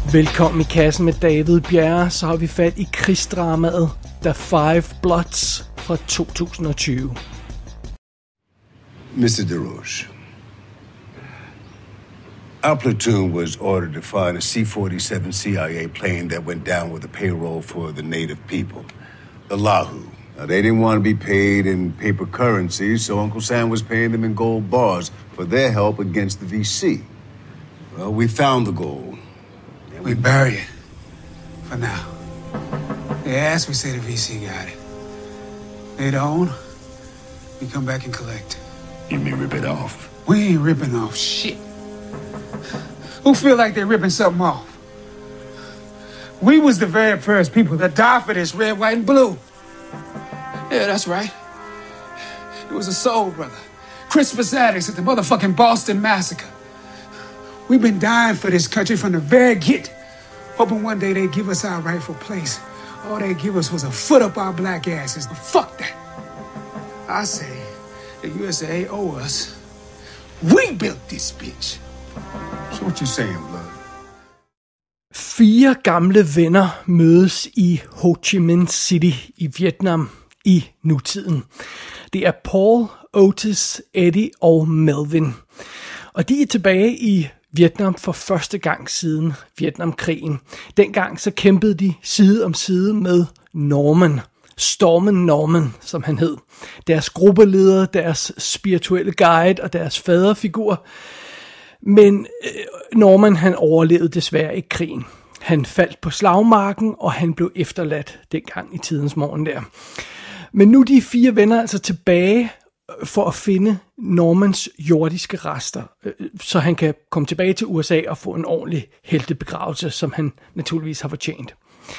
Velkommen i kassen med David Bjerre, så har vi fat i krigsdramaet The Five Bloods fra 2020. Mr. DeRoche, our platoon was ordered to find a C-47 CIA plane that went down with the payroll for the native people, the Lahu. Now, they didn't want to be paid in paper currency, so Uncle Sam was paying them in gold bars for their help against the VC. Well, we found the gold. We bury it. For now. They asked, we say the VC got it. They don't. We come back and collect. You mean rip it off? We ain't ripping off shit. Who feel like they're ripping something off? We was the very first people that died for this red, white, and blue. Yeah, that's right. It was a soul brother. Crispus Attucks at the motherfucking Boston Massacre. We've been dying for this country from the very get, hoping one day they'd give us our rightful place. All they'd give us was a foot up our black asses. But fuck that. I say, the USA owe us. We built this bitch. So what you saying, blood? 4 gamle venner mødes i Ho Chi Minh City i Vietnam i nutiden. Det er Paul, Otis, Eddie og Melvin. Og de er tilbage i Vietnam for første gang siden Vietnamkrigen. Dengang så kæmpede de side om side med Norman. Stormen Norman, som han hed. Deres gruppeleder, deres spirituelle guide og deres faderfigur. Men Norman, han overlevede desværre ikke krigen. Han faldt på slagmarken, og han blev efterladt dengang i tidens morgen der. Men nu er de 4 venner altså tilbage for at finde Normans jordiske rester, så han kan komme tilbage til USA og få en ordentlig heltebegravelse, som han naturligvis har fortjent.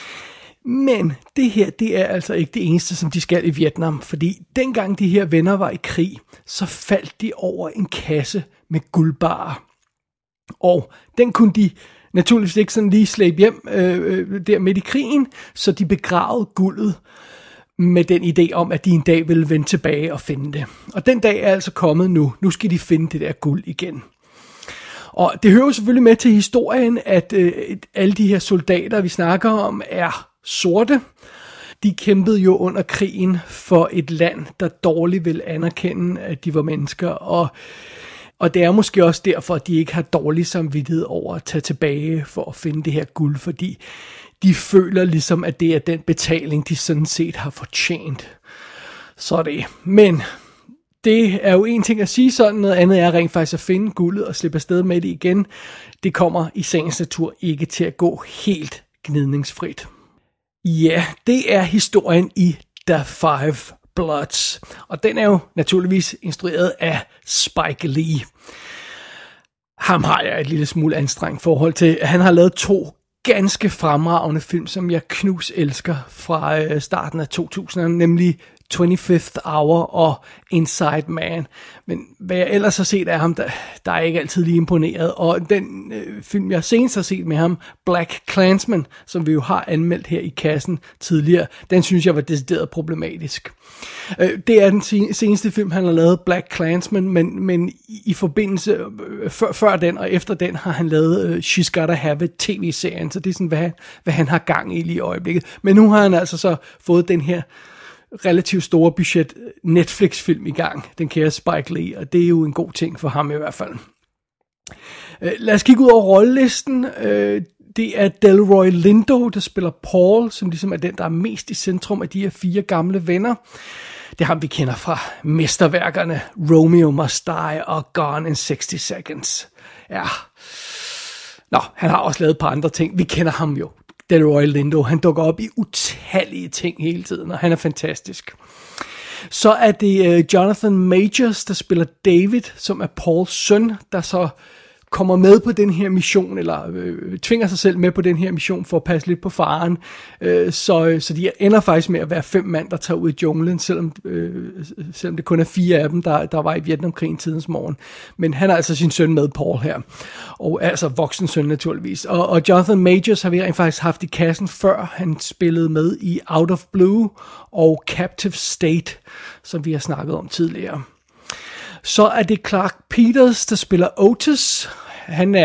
Men det her, det er altså ikke det eneste, som de skal i Vietnam, fordi dengang de her venner var i krig, så faldt de over en kasse med guldbarer. Og den kunne de naturligvis ikke sådan lige slæbe hjem der midt i krigen, så de begravede guldet med den idé om, at de en dag ville vende tilbage og finde det. Og den dag er altså kommet nu. Nu skal de finde det der guld igen. Og det hører jo selvfølgelig med til historien, at alle de her soldater, vi snakker om, er sorte. De kæmpede jo under krigen for et land, der dårligt vil anerkende, at de var mennesker. Og det er måske også derfor, at de ikke har dårlig samvittighed over at tage tilbage for at finde det her guld, fordi de føler ligesom, at det er den betaling, de sådan set har fortjent. Så det. Men det er jo en ting at sige sådan, noget andet er rent faktisk at finde guldet og slippe afsted med det igen. Det kommer i sagens natur ikke til at gå helt gnidningsfrit. Ja, det er historien i The Five Bloods. Og den er jo naturligvis instrueret af Spike Lee. Ham har jeg et lille smule anstrengt forhold til. Han har lavet 2 ganske fremragende film, som jeg knus elsker fra starten af 2000'erne, nemlig 25th Hour og Inside Man. Men hvad jeg ellers har set af ham, der er ikke altid lige imponeret. Og den film, jeg senest har set med ham, Black Klansman, som vi jo har anmeldt her i kassen tidligere, den synes jeg var decideret problematisk. Det er den seneste film, han har lavet, Black Klansman, men i forbindelse før den og efter den har han lavet She's Gotta Have It tv-serien, så det er sådan, hvad han har gang i lige i øjeblikket. Men nu har han altså så fået den her relativt store budget Netflix-film i gang, den kære Spike Lee, og det er jo en god ting for ham i hvert fald. Lad os kigge ud over rollelisten. Det er Delroy Lindo, der spiller Paul, som ligesom er den, der er mest i centrum af de her 4 gamle venner. Det er ham, vi kender fra mesterværkerne Romeo Must Die og Gone in 60 Seconds. Ja. Nå, han har også lavet et par andre ting. Vi kender ham jo. Delroy Lindo, han dukker op i utallige ting hele tiden, og han er fantastisk. Så er det Jonathan Majors, der spiller David, som er Pauls søn, der så kommer med på den her mission, eller tvinger sig selv med på den her mission for at passe lidt på faren. Så de ender faktisk med at være 5 mand, der tager ud i junglen, selvom det kun er 4 af dem, der var i Vietnamkrigen tidens morgen. Men han har altså sin søn med, Paul her. Og altså voksen søn naturligvis. Og Jonathan Majors har vi rent faktisk haft i kassen før. Han spillede med i Out of Blue og Captive State, som vi har snakket om tidligere. Så er det Clark Peters, der spiller Otis. Han er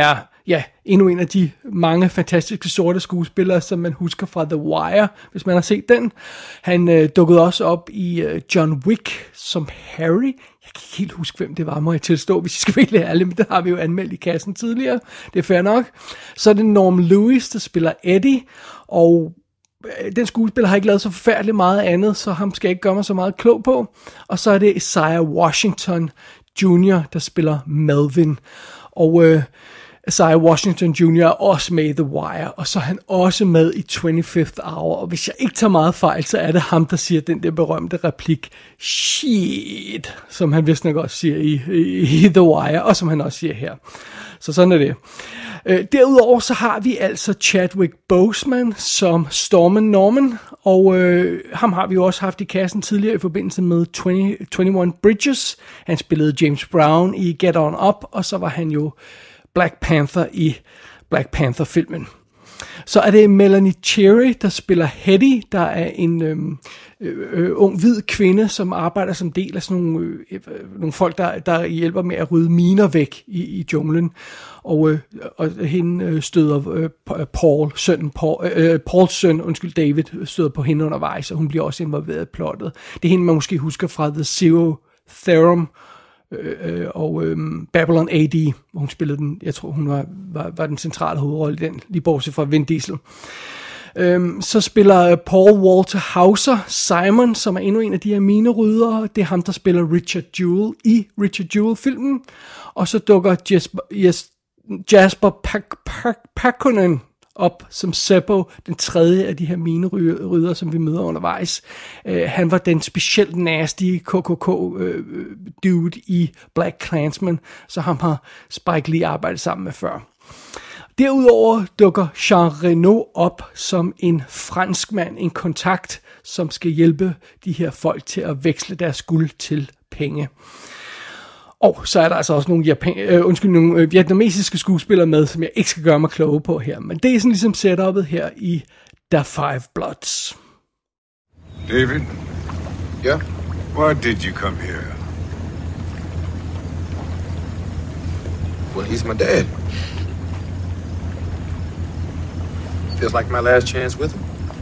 ja, endnu en af de mange fantastiske sorte skuespillere, som man husker fra The Wire, hvis man har set den. Han dukkede også op i John Wick som Harry. Jeg kan ikke helt huske, hvem det var, må jeg tilstå, hvis jeg skal være helt ærlig, men det har vi jo anmeldt i kassen tidligere. Det er fair nok. Så er det Norm Lewis, der spiller Eddie, og den skuespiller har ikke lavet så forfærdeligt meget andet, så ham skal jeg ikke gøre mig så meget klog på. Og så er det Isaiah Washington Jr., der spiller Melvin. Og Isaiah Washington Jr. er også med i The Wire, og så er han også med i 25th Hour. Og hvis jeg ikke tager meget fejl, så er det ham, der siger den der berømte replik, shit, som han vist nok også siger i The Wire, og som han også siger her. Så sådan er det. Derudover så har vi altså Chadwick Boseman som Stormin Norman, og ham har vi jo også haft i kassen tidligere i forbindelse med 21 Bridges. Han spillede James Brown i Get On Up, og så var han jo Black Panther i Black Panther-filmen. Så er det Melanie Cherry, der spiller Hetty, der er en ung hvid kvinde, som arbejder som del af sådan nogle folk, der hjælper med at rydde miner væk i junglen. Og hende støder Pauls søn, David, støder på hende undervejs, og hun bliver også involveret i plottet. Det er hende, man måske husker fra The Zero Theorem, og Babylon AD, hvor hun spillede den, jeg tror hun var den centrale hovedrolle i den, lige bortset fra Vin Diesel. Så spiller Paul Walter Hauser Simon, som er endnu en af de her mineryddere. Det er ham, der spiller Richard Jewell i Richard Jewell-filmen. Og så dukker Jasper Pakkonen op som Seppo, den tredje af de her mineryddere, som vi møder undervejs. Han var den specielt nasty KKK-dude i Black Klansman, så ham har Spike Lee arbejdet sammen med før. Derudover dukker Jean Reno op som en franskmand, en kontakt, som skal hjælpe de her folk til at veksle deres guld til penge. Og så er der altså også nogle vietnamesiske skuespillere med, som jeg ikke skal gøre mig kloge på her. Men det er sådan ligesom setup'et her i The Five Bloods. David? Yeah? Why did you come here? Well, he's my dad. Feels like my last chance with him.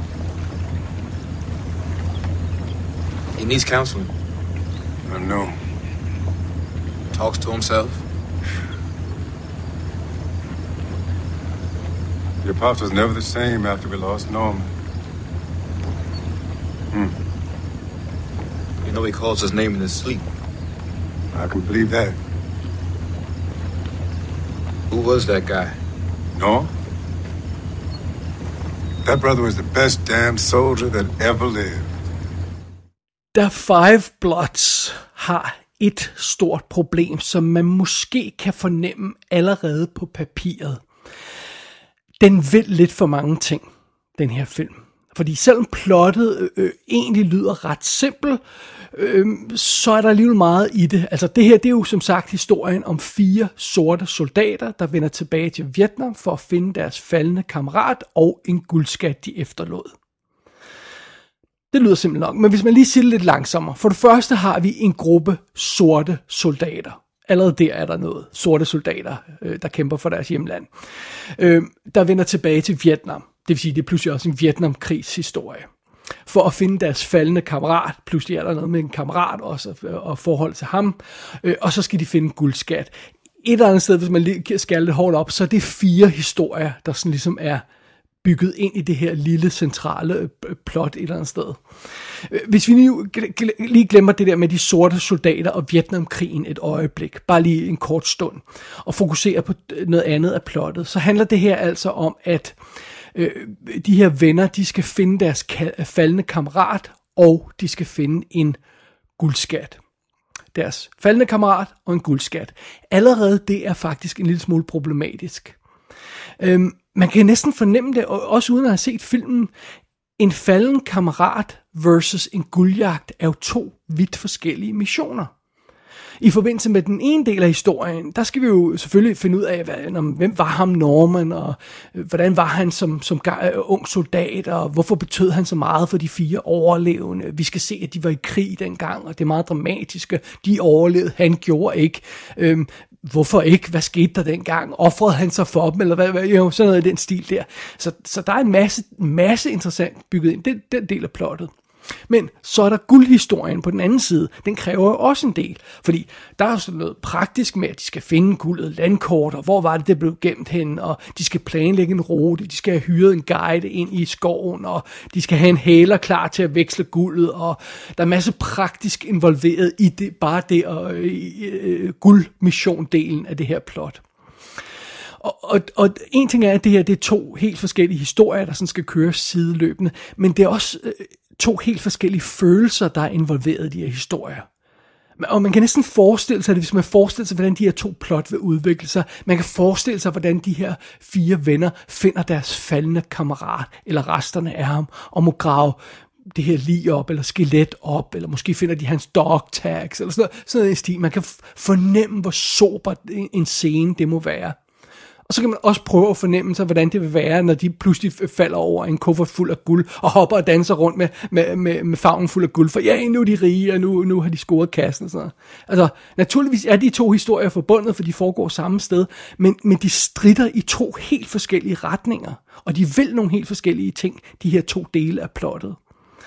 He needs counseling. I know. Talks to himself. Your pops was never the same after we lost Norman. You know he calls his name in his sleep. I can believe that. Who was that guy? No? That brother was the best damn soldier that ever lived. The Five Bloods har et stort problem, som man måske kan fornemme allerede på papiret. Den vil lidt for mange ting, den her film. Fordi selvom plottet egentlig lyder ret simpelt, så er der alligevel meget i det. Altså det her, det er jo som sagt historien om 4 sorte soldater, der vender tilbage til Vietnam for at finde deres faldne kammerat og en guldskat, de efterlod. Det lyder simpelt nok, men hvis man lige siger det lidt langsommere. For det første har vi en gruppe sorte soldater. Allerede der er der noget. Sorte soldater, der kæmper for deres hjemland. Der vender tilbage til Vietnam. Det vil sige, det er pludselig også en Vietnamkrigshistorie. For at finde deres faldne kammerat. Pludselig er der noget med en kammerat også, og forhold til ham. Og så skal de finde guldskat. Et eller andet sted, hvis man lige skal lidt hårdt op, så er det 4 historier, der sådan ligesom er bygget ind i det her lille centrale plot et eller andet sted. Hvis vi lige glemmer det der med de sorte soldater og Vietnamkrigen et øjeblik, bare lige en kort stund, og fokuserer på noget andet af plottet, så handler det her altså om, at de her venner, de skal finde deres faldne kammerat, og de skal finde en guldskat. Deres faldne kammerat og en guldskat. Allerede det er faktisk en lille smule problematisk. Man kan næsten fornemme det, også uden at have set filmen. En falden kammerat versus en guldjagt er jo 2 vidt forskellige missioner. I forbindelse med den ene del af historien, der skal vi jo selvfølgelig finde ud af, hvem var ham Norman, og hvordan var han som ung soldat, og hvorfor betød han så meget for de 4 overlevende. Vi skal se, at de var i krig dengang, og det er meget dramatisk. De overlevede, han gjorde ikke. hvorfor ikke? Hvad skete der dengang? Offrede han sig for dem? Eller hvad jo, sådan noget i den stil der. Så der er en masse interessant bygget ind. Den del af plottet. Men så er der guldhistorien på den anden side. Den kræver jo også en del. Fordi der er sådan noget praktisk med, at de skal finde guldet, landkort, og hvor var det blev gemt hen, og de skal planlægge en rute, de skal have hyret en guide ind i skoven, og de skal have en hæler klar til at veksle guldet, og der er en masse praktisk involveret i det, bare det og guldmission-delen af det her plot. Og en ting er, at det her det er 2 helt forskellige historier, der sådan skal køres sideløbende, men det er også 2 helt forskellige følelser, der er involveret i de her historier. Og man kan næsten forestille sig det, hvis man forestiller sig, hvordan de her 2 plot vil udvikle sig. Man kan forestille sig, hvordan de her 4 venner finder deres faldne kammerat, eller resterne af ham, og må grave det her lig op, eller skelet op, eller måske finder de hans dog tags, eller sådan noget i stil. Man kan fornemme, hvor sober en scene det må være. Og så kan man også prøve at fornemme sig, hvordan det vil være, når de pludselig falder over en kuffert fuld af guld, og hopper og danser rundt med favnen fuld af guld, for ja, nu er de rige, og nu har de scoret kassen og sådan noget. Altså, naturligvis er de 2 historier forbundet, for de foregår samme sted, men de stritter i 2 helt forskellige retninger, og de vil nogle helt forskellige ting, de her 2 dele af plottet.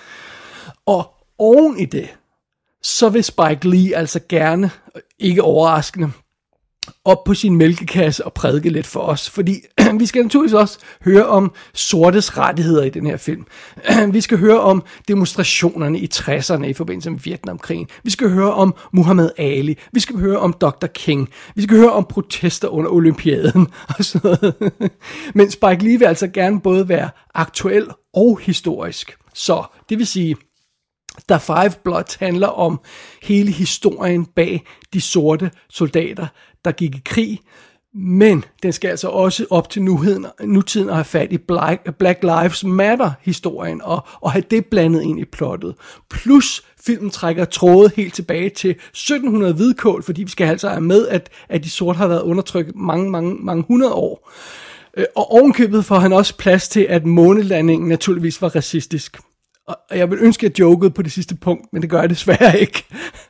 Og oven i det, så vil Spike Lee altså gerne, ikke overraskende, op på sin mælkekasse og prædike lidt for os, fordi vi skal naturligvis også høre om sortes rettigheder i den her film. Vi skal høre om demonstrationerne i 60'erne i forbindelse med Vietnamkrigen. Vi skal høre om Muhammad Ali. Vi skal høre om Dr. King. Vi skal høre om protester under olympiaden og sådan noget. Men Spike Lee vil altså gerne både være aktuel og historisk. Så det vil sige, The Five Bloods handler om hele historien bag de sorte soldater, der gik i krig, men den skal altså også op til nutiden og have fat i Black Lives Matter-historien og have det blandet ind i plottet. Plus filmen trækker trådet helt tilbage til 1700 hvidkål, fordi vi skal altså have med, at de sorte har været undertrykt mange hundrede år. Og ovenkøbet får han også plads til, at månelandingen naturligvis var racistisk. Og jeg vil ønske, at jeg jokede på det sidste punkt, men det gør jeg desværre ikke.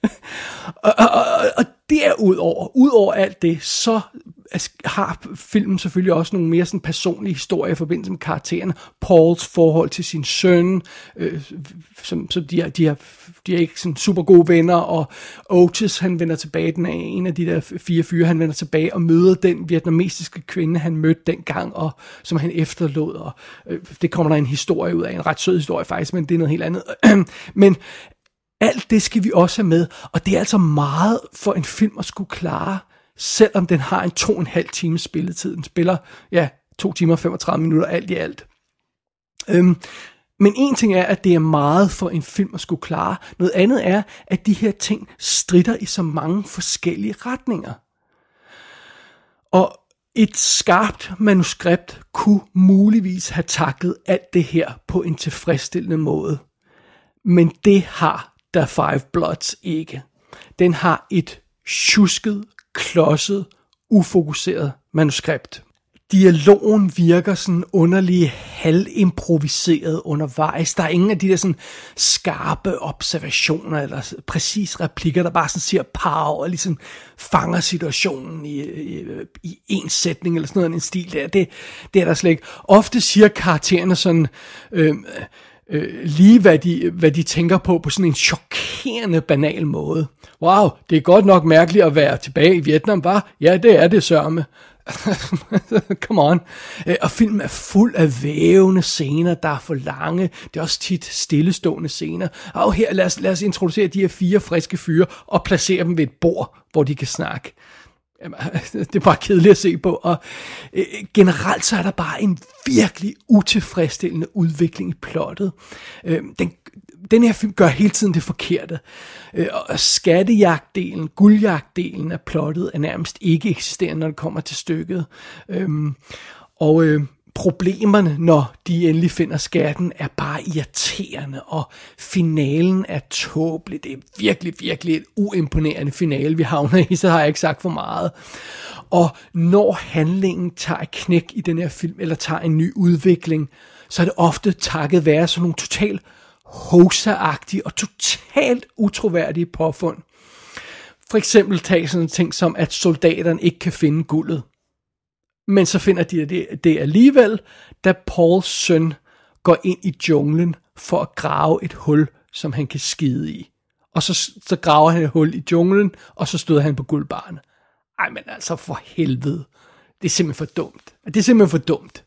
og derudover alt det, så har filmen selvfølgelig også nogle mere sådan personlige historier i forbindelse med karaktererne. Pauls forhold til sin søn, som de er ikke sådan super gode venner, og Otis, han vender tilbage, den er en af de der 4 fyre, han vender tilbage og møder den vietnamesiske kvinde, han mødte dengang, og som han efterlod, og det kommer der en historie ud af, en ret sød historie faktisk, men det er noget helt andet. Men alt det skal vi også have med, og det er altså meget for en film at skulle klare, selvom den har en 2,5 times spilletid. Den spiller, 2 timer og 35 minutter alt i alt. Men en ting er, at det er meget for en film at skulle klare. Noget andet er, at de her ting stritter i så mange forskellige retninger. Og et skarpt manuskript kunne muligvis have taklet alt det her på en tilfredsstillende måde. Men det har The Five Bloods ikke. Den har et tjusket, klodset, ufokuseret manuskript. Dialogen virker sådan underlig halvimproviseret undervejs. Der er ingen af de der sådan skarpe observationer eller præcis replikker, der bare sådan siger pow og ligesom fanger situationen i en sætning eller sådan noget, en stil der. Det er der slet ikke. Ofte siger karaktererne sådan lige hvad de tænker på sådan en chokerende banal måde. Wow, det er godt nok mærkeligt at være tilbage i Vietnam, var? Ja, det er det sørme. Come on. Og filmen er fuld af vævende scener, der er for lange. Det er også tit stillestående scener. Og her, lad os introducere de her 4 friske fyre og placere dem ved et bord, hvor de kan snakke. Det er bare kedeligt at se på. Og generelt så er der bare en virkelig utilfredsstillende udvikling i plottet. Den her film gør hele tiden det forkerte. Og skattejagtdelen, guldjagtdelen af plottet er nærmest ikke eksisterende, når det kommer til stykket. Problemerne, når de endelig finder skatten, er bare irriterende, og finalen er tåbelig. Det er virkelig, virkelig et uimponerende finale, vi havner i, så har jeg ikke sagt for meget. Og når handlingen tager et knæk i den her film, eller tager en ny udvikling, så er det ofte takket være sådan nogle totalt hoax-agtige og totalt utroværdige påfund. for eksempel tage sådan en ting som, at soldaterne ikke kan finde guldet. Men så finder de det alligevel, da Pauls søn går ind i junglen for at grave et hul, som han kan skide i. Og så graver han et hul i junglen, og så støder han på guldbarren. Ej, men altså for helvede. Det er simpelthen for dumt.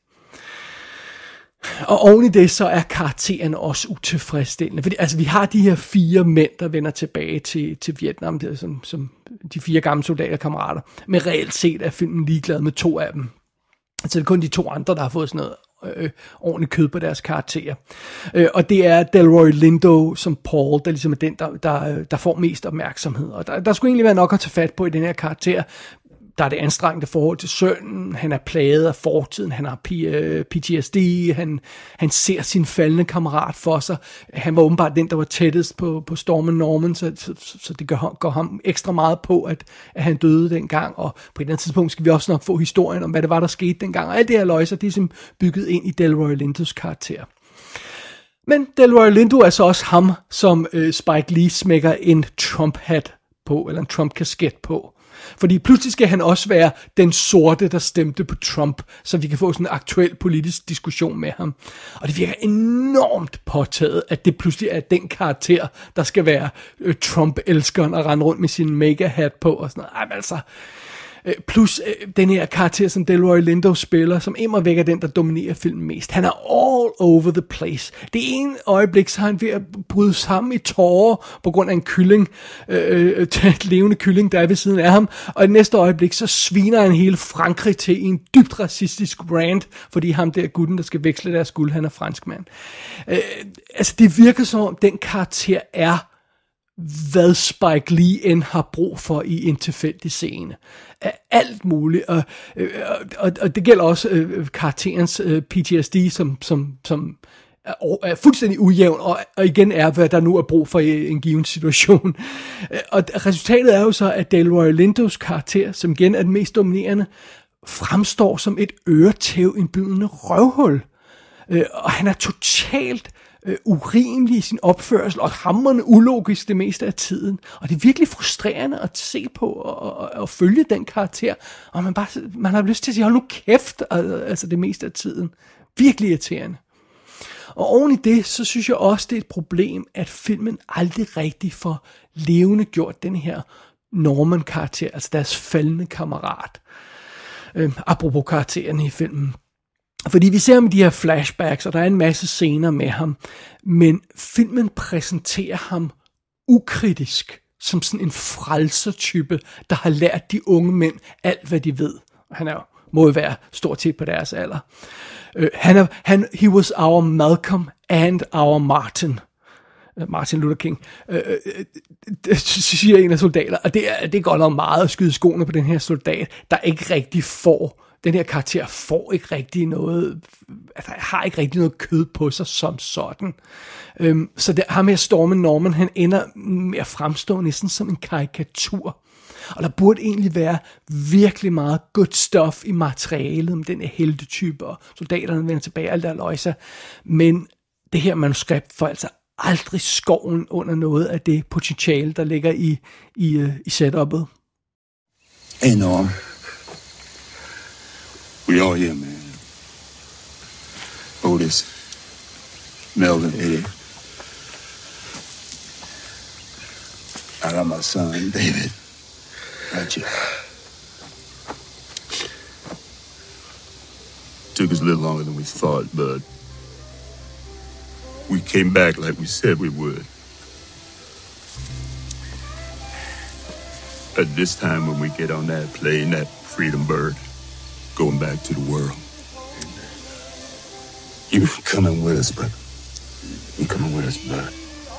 Og oven i det, så er karaktererne også utilfredsstillende. Fordi altså, vi har de her 4 mænd, der vender tilbage til Vietnam, det er som de 4 gamle soldaterkammerater. Men reelt set er filmen ligeglad med 2 af dem. Altså det er kun de 2 andre, der har fået sådan noget ordentligt kød på deres karakterer. Og det er Delroy Lindo som Paul, der ligesom er den, der får mest opmærksomhed. Og der skulle egentlig være nok at tage fat på i den her karakter. Der er det anstrengende forhold til sønnen, han er plaget af fortiden, han har PTSD, han ser sin faldende kammerat for sig. Han var åbenbart den, der var tættest på Stormen Norman, så det går ham ekstra meget på, at han døde dengang. Og på et eller andet tidspunkt skal vi også nok få historien om, hvad det var, der skete dengang. Og alt det her løjser, det er simpelthen bygget ind i Delroy Lindos karakter. Men Delroy Lindo er så også ham, som Spike Lee smækker en Trump-hat på, eller en Trump-kasket på. Fordi pludselig skal han også være den sorte, der stemte på Trump, så vi kan få sådan en aktuel politisk diskussion med ham. Og det virker enormt påtaget, at det pludselig er den karakter, der skal være Trump-elskeren og rende rundt med sin mega-hat på og sådan noget. Ej, men altså... Plus den her karakter, som Delroy Lindo spiller, som immer væk er den, der dominerer filmen mest. Han er all over the place. Det ene øjeblik, så er han ved at bryde sammen i tårer på grund af en kylling, et levende kylling, der er ved siden af ham. Og i næste øjeblik, så sviner han hele Frankrig til i en dybt racistisk rant, fordi ham der gutten, der skal veksle deres guld, han er franskmand. Altså, det virker som om, den karakter er hvad Spike Lee end har brug for i en tilfældig scene. Alt muligt. Og det gælder også karakterens PTSD, som er fuldstændig ujævn, og igen er, hvad der nu er brug for i en given situation. Og resultatet er jo så, at Delroy Lindos karakter, som igen er den mest dominerende, fremstår som et øretævindbydende røvhul. Og han er totalt urimelig i sin opførsel, og hamrende ulogisk det meste af tiden. Og det er virkelig frustrerende at se på og følge den karakter, og man har lyst til at sige, hold nu kæft, altså det meste af tiden. Virkelig irriterende. Og oven i det, så synes jeg også, det er et problem, at filmen aldrig rigtig får levende gjort den her Norman-karakter, altså deres faldende kammerat. Apropos karaktererne i filmen. Fordi vi ser ham i de her flashbacks, og der er en masse scener med ham, men filmen præsenterer ham ukritisk, som sådan en frelsertype, der har lært de unge mænd alt, hvad de ved. Han må jo være stort set på deres alder. He was our Malcolm and our Martin. Martin Luther King, siger en af soldater, og det går nok meget at skyde skoene på den her soldat, der ikke rigtig den her karakter får ikke rigtig noget, altså har ikke rigtig noget kød på sig som sådan. Så det, ham her Stormen Norman, han ender med at fremstå næsten som en karikatur. Og der burde egentlig være virkelig meget good stuff i materialet om den her heltetype, og soldaterne vender tilbage, alt der løjser. Men det her manuskript får altså aldrig skoven under noget af det potentiale, der ligger i setup'et. Hey, Norm. We all here, man. Otis, Melvin, Eddie. I got my son, David. Got you. Took us a little longer than we thought, but we came back like we said we would. But this time when we get on that plane, that Freedom Bird, going back to the world. You coming with us, bud. You coming with us, bud.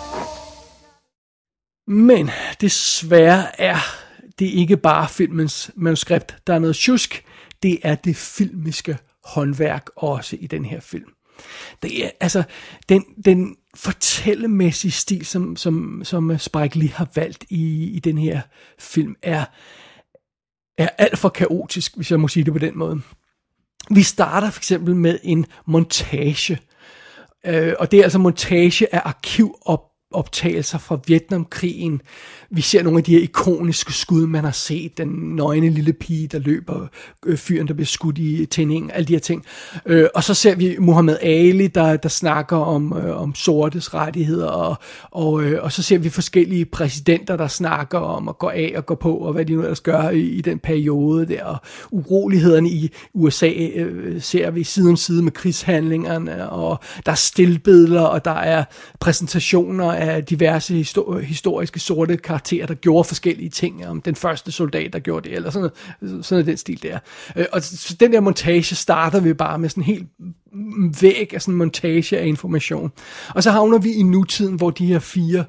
Men desværre er det ikke bare filmens manuskript, der er noget sjusk. Det er det filmiske håndværk også i den her film. Det er altså den fortællemæssige stil, som Spike Lee har valgt i den her film, er alt for kaotisk, hvis jeg må sige det på den måde. Vi starter for eksempel med en montage, og det er altså montage af optagelser fra Vietnamkrigen. Vi ser nogle af de her ikoniske skud, man har set. Den nøgne lille pige, der løber, fyren, der bliver skudt i tændingen, alle de her ting. Og så ser vi Muhammad Ali, der snakker om sortes rettigheder, og så ser vi forskellige præsidenter, der snakker om at gå af og gå på, og hvad de nu ellers gør i den periode der. Og urolighederne i USA ser vi side om side med krigshandlingerne, og der er stillbilleder, og der er præsentationer af diverse historiske sorte karakterer, der gjorde forskellige ting, om den første soldat, der gjorde det, eller sådan den stil der. Og så den der montage starter vi bare med sådan en helt væg af sådan en montage af information. Og så havner vi i nutiden, hvor de her 4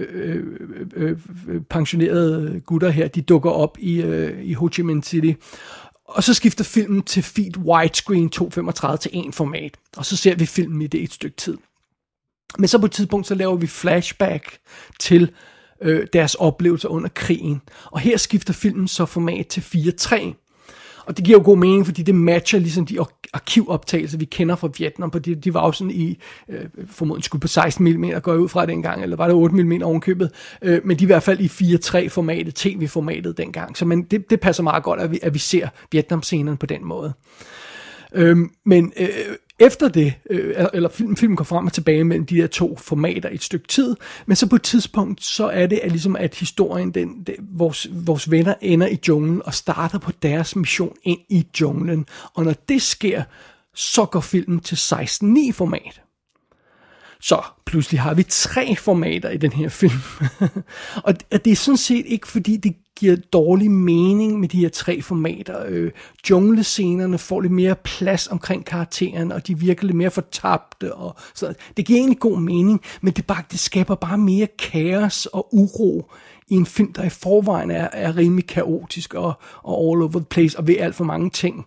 pensionerede gutter her, de dukker op i Ho Chi Minh City. Og så skifter filmen til feed widescreen 2.35 til 1 format. Og så ser vi filmen i det et stykke tid. Men så på et tidspunkt, så laver vi flashback til deres oplevelser under krigen. Og her skifter filmen så format til 4.3. Og det giver jo god mening, fordi det matcher ligesom de arkivoptagelser, vi kender fra Vietnam. For de var jo sådan i, formodentlig skulle på 16 mm, går jeg ud fra dengang, eller var det 8 mm ovenkøbet. Men de er i hvert fald i 4.3-formatet, tv-formatet dengang. Så men det passer meget godt, at vi ser Vietnam-scenerne på den måde. Men efter det, eller filmen går frem og tilbage mellem de der 2 formater et stykke tid, men så på et tidspunkt, så er det ligesom, at historien, vores venner ender i junglen og starter på deres mission ind i junglen. Og når det sker, så går filmen til 16:9 format. Så pludselig har vi 3 formater i den her film. Og det er sådan set ikke, fordi det giver dårlig mening med de her 3 formater. Junglescenerne får lidt mere plads omkring karakteren, og de virker lidt mere fortabte. Og så. Det giver egentlig god mening, men det skaber bare mere kaos og uro i en film, der i forvejen er rimelig kaotisk og all over the place og ved alt for mange ting.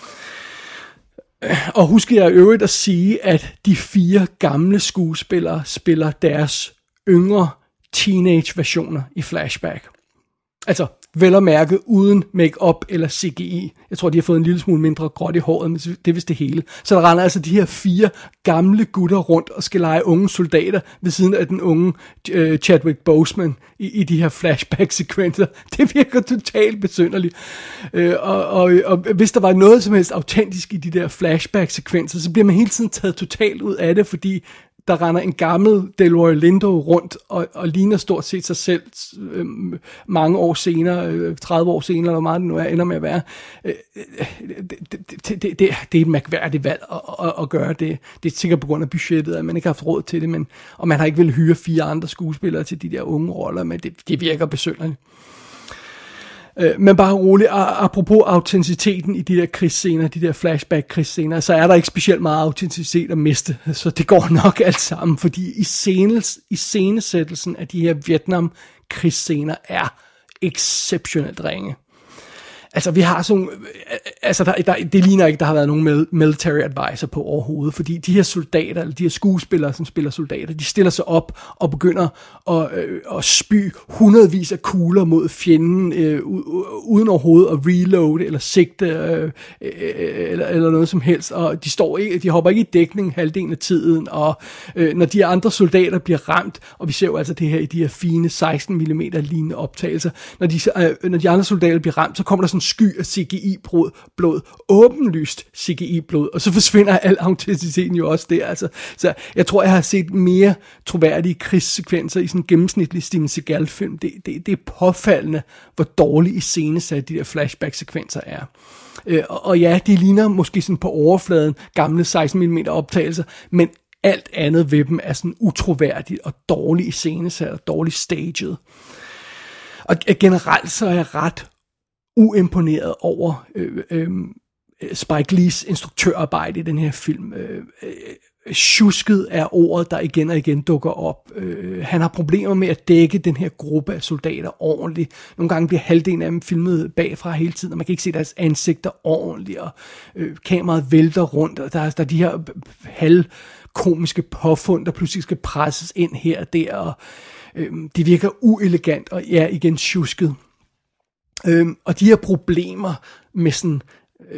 Og husk jeg i øvrigt at sige, at de 4 gamle skuespillere spiller deres yngre teenage-versioner i flashback. Altså, vel at mærke uden make-up eller CGI. Jeg tror, de har fået en lille smule mindre gråt i håret, men det er vist det hele. Så der render altså de her 4 gamle gutter rundt og skal lege unge soldater ved siden af den unge Chadwick Boseman i de her flashback-sekvenser. Det virker totalt besynderligt. Og hvis der var noget som helst autentisk i de der flashback-sekvenser, så bliver man hele tiden taget totalt ud af det, fordi der render en gammel Delroy Lindo rundt og ligner stort set sig selv mange år senere, 30 år senere, eller hvor meget det nu ender med at være. Det er et mærkværdigt valg at gøre det. Det er sikkert på grund af budgettet, at man ikke har haft råd til det, og man har ikke ville hyre 4 andre skuespillere til de der unge roller, men det virker besynderligt. Men bare roligt, apropos autenticiteten i de der krigsscener, de der flashback-krigsscener, så er der ikke specielt meget autenticitet at miste, så det går nok alt sammen, fordi iscenesættelsen af de her Vietnam-krigsscener er exceptionelt ringe. Altså vi har sådan, det ligner ikke, der har været nogen military advisor på overhovedet, fordi de her soldater, eller de her skuespillere, som spiller soldater, de stiller sig op og begynder at spy hundredvis af kugler mod fjenden, uden overhovedet at reload, eller sigte, eller noget som helst, og de hopper ikke i dækning halvdelen af tiden, og når de andre soldater bliver ramt, og vi ser jo altså det her i de her fine 16 mm lignende optagelser, når de andre soldater bliver ramt, så kommer der sådan sky af CGI-blod, åbenlyst CGI-blod, og så forsvinder al autenticiteten jo også der. Altså. Så jeg tror, jeg har set mere troværdige krigssekvenser i sådan en gennemsnitlig Steven Seagal-film. Det er påfaldende, hvor dårligt iscenesat de der flashback-sekvenser er. Og ja, de ligner måske sådan på overfladen gamle 16 mm optagelser, men alt andet ved dem er sådan utroværdigt og dårligt iscenesat og dårligt staged. Og generelt så er jeg ret uimponeret over Spike Lees instruktørarbejde i den her film. Sjusket er ordet, der igen og igen dukker op. Han har problemer med at dække den her gruppe af soldater ordentligt. Nogle gange bliver halvdelen af dem filmet bagfra hele tiden, og man kan ikke se deres ansigter ordentligt, og kameraet vælter rundt, og der er de her halvkomiske påfund, der pludselig skal presses ind her og der, og det virker uelegant, og ja, igen sjusket. Og de her problemer med sådan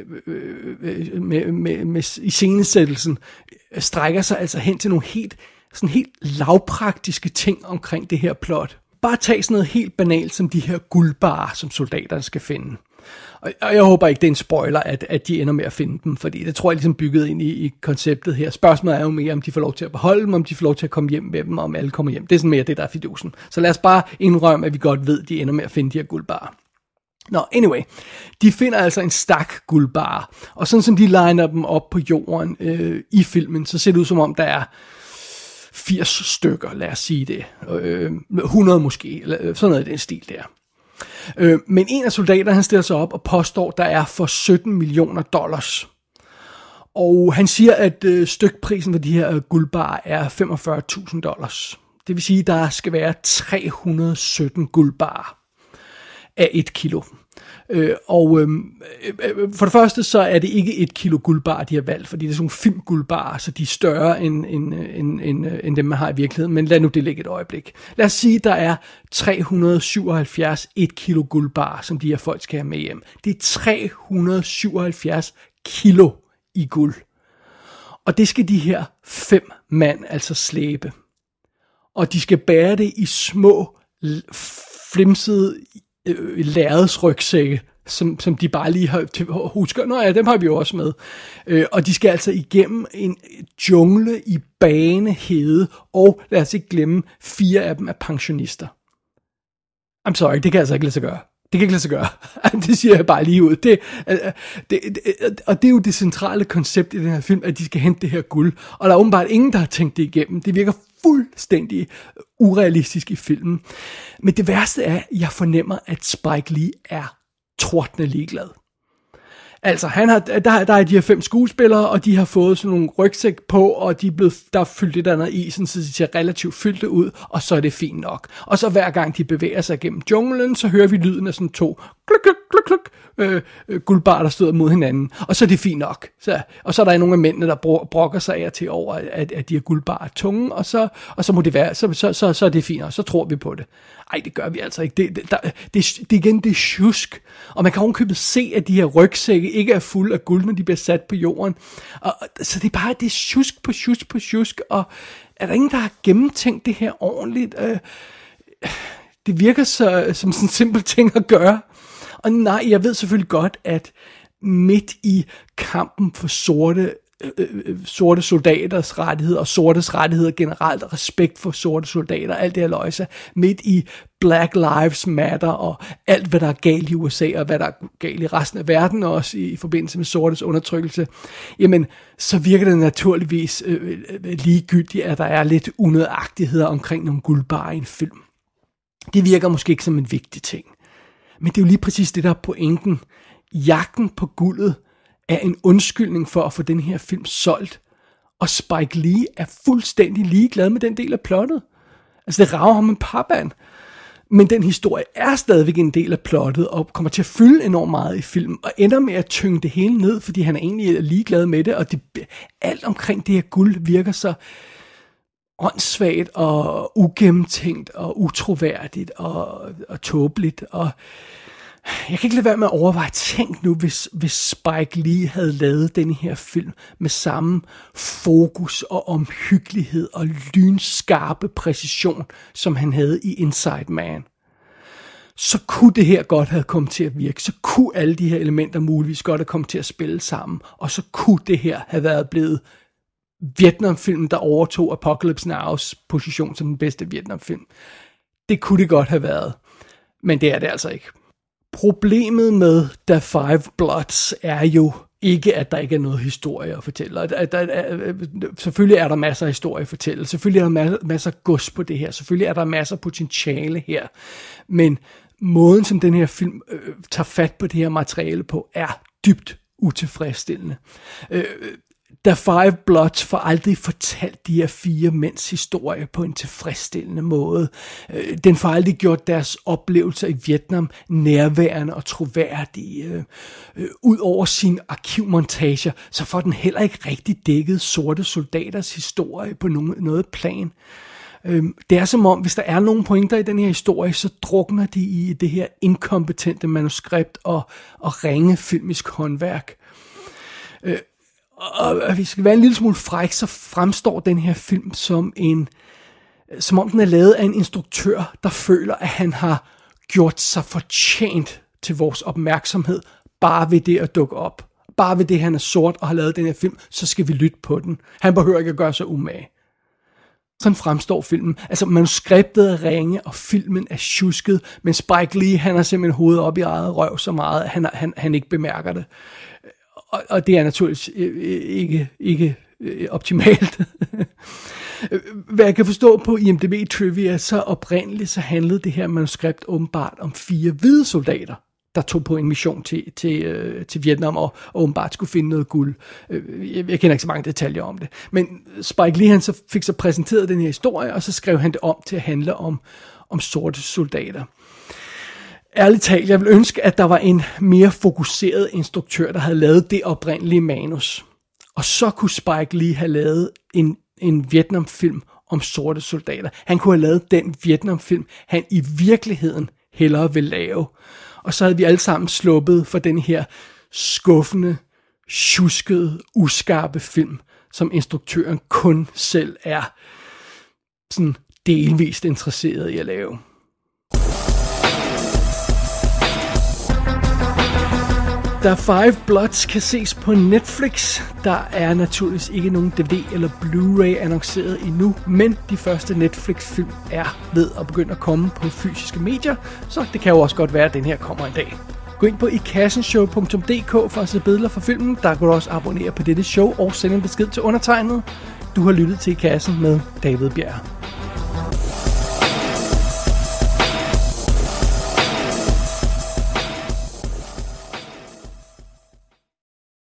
med iscenesættelsen strækker sig altså hen til nogle helt sådan helt lavpraktiske ting omkring det her plot. Bare tag sådan noget helt banalt som de her guldbarer, som soldaterne skal finde. Og jeg håber ikke, det er en spoiler, at de ender med at finde dem, fordi det tror jeg ligesom bygget ind i konceptet her. Spørgsmålet er jo mere, om de får lov til at beholde dem, om de får lov til at komme hjem med dem, og om alle kommer hjem. Det er sådan mere det, der er fidusen. Så lad os bare indrømme, at vi godt ved, at de ender med at finde de her guldbarer. Nå, anyway, de finder altså en stak guldbarer, og sådan som de liner dem op på jorden i filmen, så ser det ud som om, der er 80 stykker, lad os sige det. 100 måske, eller sådan noget i den stil der. Men en af soldaterne, han stiller sig op og påstår, der er for $17 millioner. Og han siger, at stykprisen for de her guldbarer er $45,000. Det vil sige, at der skal være 317 guldbarer af 1 kilo. For det første, så er det ikke 1 kilo guldbar, de har valgt, fordi det er sådan nogle filmguldbarer, så de er større end dem, man har i virkeligheden. Men lad nu det ligge et øjeblik. Lad os sige, der er 377 1 kilo guldbar, som de her folk skal have med hjem. Det er 377 kilo i guld. Og det skal de her 5 mand altså slæbe. Og de skal bære det i små, flimsede lærredsrygsække, som de bare lige husker. Nå ja, dem har vi jo også med. Og de skal altså igennem en jungle i banehede, og lad os ikke glemme, 4 af dem er pensionister. I'm sorry, det kan altså ikke lade sig gøre. Det kan ikke lade sig gøre. Det siger jeg bare lige ud. Og det er jo det centrale koncept i den her film, at de skal hente det her guld. Og der er åbenbart ingen, der har tænkt det igennem. Det virker fuldstændig urealistisk i filmen. Men det værste er, at jeg fornemmer, at Spike Lee er tordne ligeglad. Altså, der er de her 5 skuespillere, og de har fået sådan nogle rygsæk på, og der er fyldt lidt andet i, sådan, så de ser relativt fyldte ud, og så er det fint nok. Og så hver gang de bevæger sig gennem junglen, så hører vi lyden af sådan 2 kluk, kluk, kluk, kluk, guldbar, der støder mod hinanden, og så er det fint nok. Og så er der nogle af mændene, der brokker sig af og til over, at de har guldbar tunge, og så må det være, så er det fint, og så tror vi på det. Ej, det gør vi altså ikke. Det er sjusk. Og man kan ovenkøbet se, at de her rygsække ikke er fulde af guld, når de bliver sat på jorden. Så det er sjusk på sjusk, og er der ingen, der har gennemtænkt det her ordentligt? Det virker som sådan en simpel ting at gøre. Og nej, jeg ved selvfølgelig godt, at midt i kampen for sorte soldaters rettigheder og sortes rettigheder generelt, og respekt for sorte soldater, alt det her løjse, midt i Black Lives Matter og alt, hvad der er galt i USA, og hvad der er galt i resten af verden, også i forbindelse med sortes undertrykkelse, jamen, så virker det naturligvis ligegyldigt, at der er lidt unødagtigheder omkring nogle guldbarer i en film. Det virker måske ikke som en vigtig ting. Men det er jo lige præcis det, der er pointen. Jagten på guldet er en undskyldning for at få den her film solgt. Og Spike Lee er fuldstændig ligeglad med den del af plottet. Altså, det rager ham en parband. Men den historie er stadigvæk en del af plottet, og kommer til at fylde enormt meget i filmen, og ender med at tynge det hele ned, fordi han er egentlig ligeglad med det, og alt omkring det her guld virker så åndssvagt og ugennemtænkt og utroværdigt og tåbeligt, og jeg kan ikke lade være med at overveje, tænk nu, hvis Spike Lee havde lavet den her film med samme fokus og omhyggelighed og lynskarpe præcision, som han havde i Inside Man. Så kunne det her godt have kommet til at virke, så kunne alle de her elementer muligvis godt have kommet til at spille sammen, og så kunne det her have været blevet Vietnamfilmen, der overtog Apocalypse Nows position som den bedste Vietnamfilm. Det kunne det godt have været, men det er det altså ikke. Problemet med The Five Bloods er jo ikke, at der ikke er noget historie at fortælle. Selvfølgelig er der masser af historie at fortælle. Selvfølgelig er der masser af gods på det her. Selvfølgelig er der masser af potentiale her. Men måden, som den her film tager fat på det her materiale på, er dybt utilfredsstillende. The Five Bloods får aldrig fortalt de her 4 mænds historie på en tilfredsstillende måde. Den får aldrig gjort deres oplevelser i Vietnam nærværende og troværdige. Ud over sine arkivmontager, så får den heller ikke rigtig dækket sorte soldaters historie på noget plan. Det er som om, hvis der er nogle pointer i den her historie, så drukner de i det her inkompetente manuskript og ringe filmisk håndværk. Og vi skal være en lille smule fræk, så fremstår den her film som om den er lavet af en instruktør, der føler, at han har gjort sig fortjent til vores opmærksomhed, bare ved det at dukke op. Bare ved det, han er sort og har lavet den her film, så skal vi lytte på den. Han behøver ikke at gøre sig umage. Sådan fremstår filmen. Altså manuskriptet er ringe, og filmen er tjusket, men Spike Lee, han har simpelthen hovedet op i eget røv så meget, at han ikke bemærker det. Og det er naturligvis ikke optimalt. Hvad jeg kan forstå på IMDb Trivia, så oprindeligt så handlede det her manuskript åbenbart om 4 hvide soldater, der tog på en mission til Vietnam og åbenbart skulle finde noget guld. Jeg kender ikke så mange detaljer om det. Men Spike Lee, han så fik så præsenteret den her historie, og så skrev han det om til at handle om sorte soldater. Ærligt talt, jeg vil ønske, at der var en mere fokuseret instruktør, der havde lavet det oprindelige manus. Og så kunne Spike Lee have lavet en Vietnamfilm om sorte soldater. Han kunne have lavet den Vietnamfilm, han i virkeligheden hellere vil lave. Og så havde vi alle sammen sluppet for den her skuffende, tjuskede, uskarpe film, som instruktøren kun selv er sådan delvist interesseret i at lave. Da Five Bloods kan ses på Netflix. Der er naturligvis ikke nogen DVD eller Blu-ray annonceret endnu, men de første Netflix-film er ved at begynde at komme på fysiske medier, så det kan jo også godt være, at den her kommer en dag. Gå ind på ikassenshow.dk for at se billeder fra filmen. Der kan du også abonnere på dette show og sende en besked til undertegnet. Du har lyttet til I Kassen med David Bjerg.